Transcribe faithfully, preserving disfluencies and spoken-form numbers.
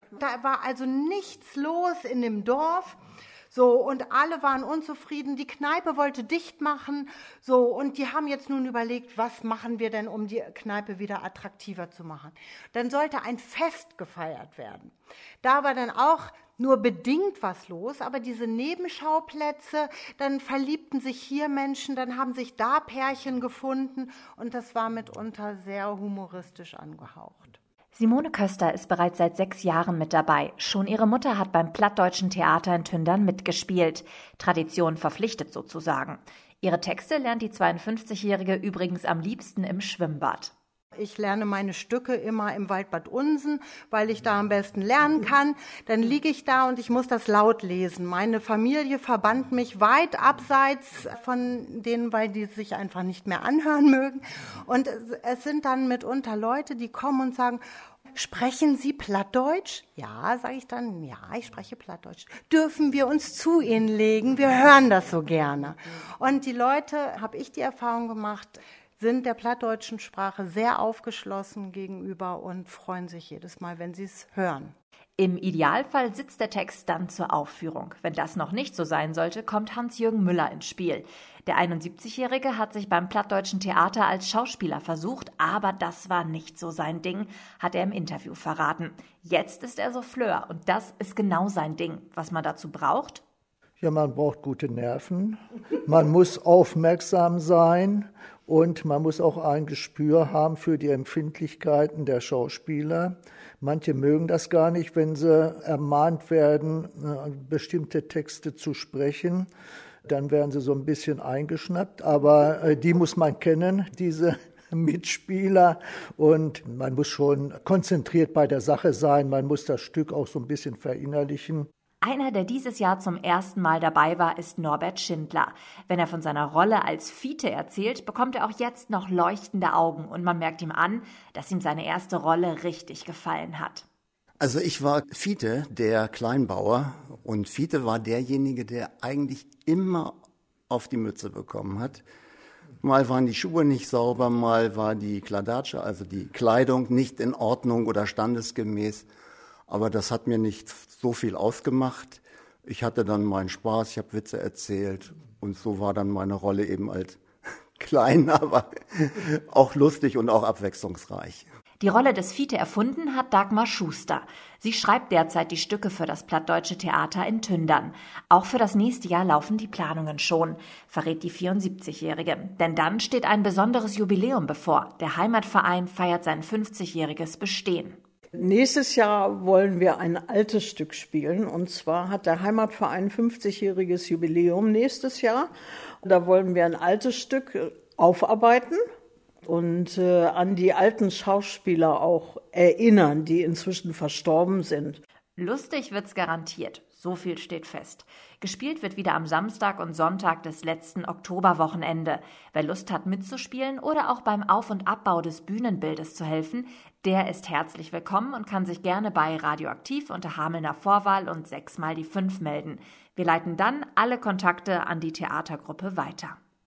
Da war also nichts los in dem Dorf. So, und alle waren unzufrieden. Die Kneipe wollte dicht machen. So, und die haben jetzt nun überlegt, was machen wir denn, um die Kneipe wieder attraktiver zu machen. Dann sollte ein Fest gefeiert werden. Da war dann auch nur bedingt was los, aber diese Nebenschauplätze, dann verliebten sich hier Menschen, dann haben sich da Pärchen gefunden und das war mitunter sehr humoristisch angehaucht. Simone Köster ist bereits seit sechs Jahren mit dabei. Schon ihre Mutter hat beim Plattdeutschen Theater in Tündern mitgespielt. Tradition verpflichtet sozusagen. Ihre Texte lernt die zweiundfünfzigjährige übrigens am liebsten im Schwimmbad. Ich lerne meine Stücke immer im Waldbad Unsen, weil ich da am besten lernen kann. Dann liege ich da und ich muss das laut lesen. Meine Familie verbannt mich weit abseits von denen, weil die sich einfach nicht mehr anhören mögen. Und es sind dann mitunter Leute, die kommen und sagen: Sprechen Sie Plattdeutsch? Ja, sage ich dann, ja, ich spreche Plattdeutsch. Dürfen wir uns zu Ihnen legen? Wir hören das so gerne. Und die Leute, habe ich die Erfahrung gemacht, sind der plattdeutschen Sprache sehr aufgeschlossen gegenüber und freuen sich jedes Mal, wenn sie es hören. Im Idealfall sitzt der Text dann zur Aufführung. Wenn das noch nicht so sein sollte, kommt Hans-Jürgen Müller ins Spiel. Der einundsiebzigjährige hat sich beim Plattdeutschen Theater als Schauspieler versucht, aber das war nicht so sein Ding, hat er im Interview verraten. Jetzt ist er Souffleur und das ist genau sein Ding. Was man dazu braucht? Ja, man braucht gute Nerven, man muss aufmerksam sein und man muss auch ein Gespür haben für die Empfindlichkeiten der Schauspieler. Manche mögen das gar nicht, wenn sie ermahnt werden, bestimmte Texte zu sprechen. Dann werden sie so ein bisschen eingeschnappt, aber die muss man kennen, diese Mitspieler. Und man muss schon konzentriert bei der Sache sein, man muss das Stück auch so ein bisschen verinnerlichen. Einer, der dieses Jahr zum ersten Mal dabei war, ist Norbert Schindler. Wenn er von seiner Rolle als Fiete erzählt, bekommt er auch jetzt noch leuchtende Augen und man merkt ihm an, dass ihm seine erste Rolle richtig gefallen hat. Also ich war Fiete, der Kleinbauer, und Fiete war derjenige, der eigentlich immer auf die Mütze bekommen hat. Mal waren die Schuhe nicht sauber, mal war die Kladderatsche, also die Kleidung, nicht in Ordnung oder standesgemäß. Aber das hat mir nicht so viel ausgemacht. Ich hatte dann meinen Spaß, ich habe Witze erzählt und so war dann meine Rolle eben halt klein, aber auch lustig und auch abwechslungsreich. Die Rolle des Fiete erfunden hat Dagmar Schuster. Sie schreibt derzeit die Stücke für das Plattdeutsche Theater in Tündern. Auch für das nächste Jahr laufen die Planungen schon, verrät die vierundsiebzigjährige. Denn dann steht ein besonderes Jubiläum bevor. Der Heimatverein feiert sein fünfzigjähriges Bestehen. Nächstes Jahr wollen wir ein altes Stück spielen, und zwar hat der Heimatverein fünfzigjähriges Jubiläum nächstes Jahr. Da wollen wir ein altes Stück aufarbeiten und äh, an die alten Schauspieler auch erinnern, die inzwischen verstorben sind. Lustig wird's garantiert, so viel steht fest. Gespielt wird wieder am Samstag und Sonntag des letzten Oktoberwochenende. Wer Lust hat mitzuspielen oder auch beim Auf- und Abbau des Bühnenbildes zu helfen, der ist herzlich willkommen und kann sich gerne bei Radioaktiv unter Hamelner Vorwahl und sechs mal die fünf melden. Wir leiten dann alle Kontakte an die Theatergruppe weiter.